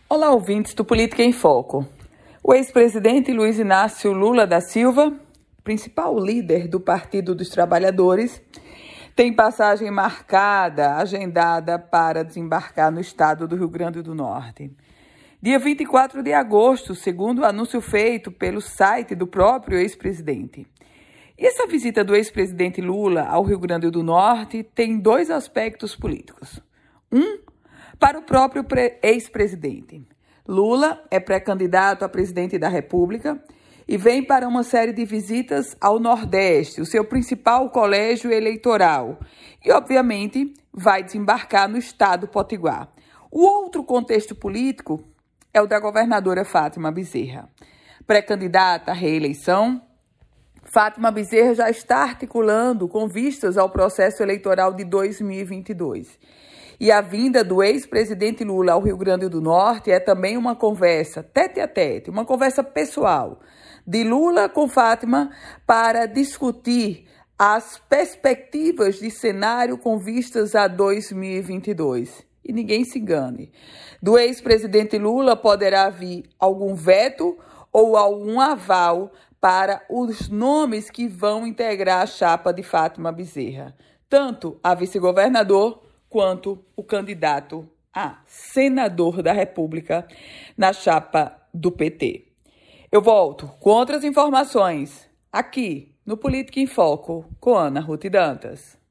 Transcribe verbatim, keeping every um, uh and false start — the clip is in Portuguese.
Olá, ouvintes do Política em Foco. O ex-presidente Luiz Inácio Lula da Silva, principal líder do Partido dos Trabalhadores, tem passagem marcada, agendada para desembarcar no estado do Rio Grande do Norte. Dia vinte e quatro de agosto, segundo o anúncio feito pelo site do próprio ex-presidente. E essa visita do ex-presidente Lula ao Rio Grande do Norte tem dois aspectos políticos. Um, para o próprio ex-presidente. Lula é pré-candidato a presidente da República e vem para uma série de visitas ao Nordeste, o seu principal colégio eleitoral. E, obviamente, vai desembarcar no estado potiguar. O outro contexto político é o da governadora Fátima Bezerra. Pré-candidata à reeleição, Fátima Bezerra já está articulando com vistas ao processo eleitoral de dois mil e vinte e dois. E a vinda do ex-presidente Lula ao Rio Grande do Norte é também uma conversa tete a tete, uma conversa pessoal de Lula com Fátima para discutir as perspectivas de cenário com vistas a dois mil e vinte e dois. E ninguém se engane, do ex-presidente Lula poderá vir algum veto ou algum aval para os nomes que vão integrar a chapa de Fátima Bezerra, tanto a vice-governador quanto o candidato a senador da República na chapa do P T. Eu volto com outras informações aqui no Política em Foco com Ana Ruth Dantas.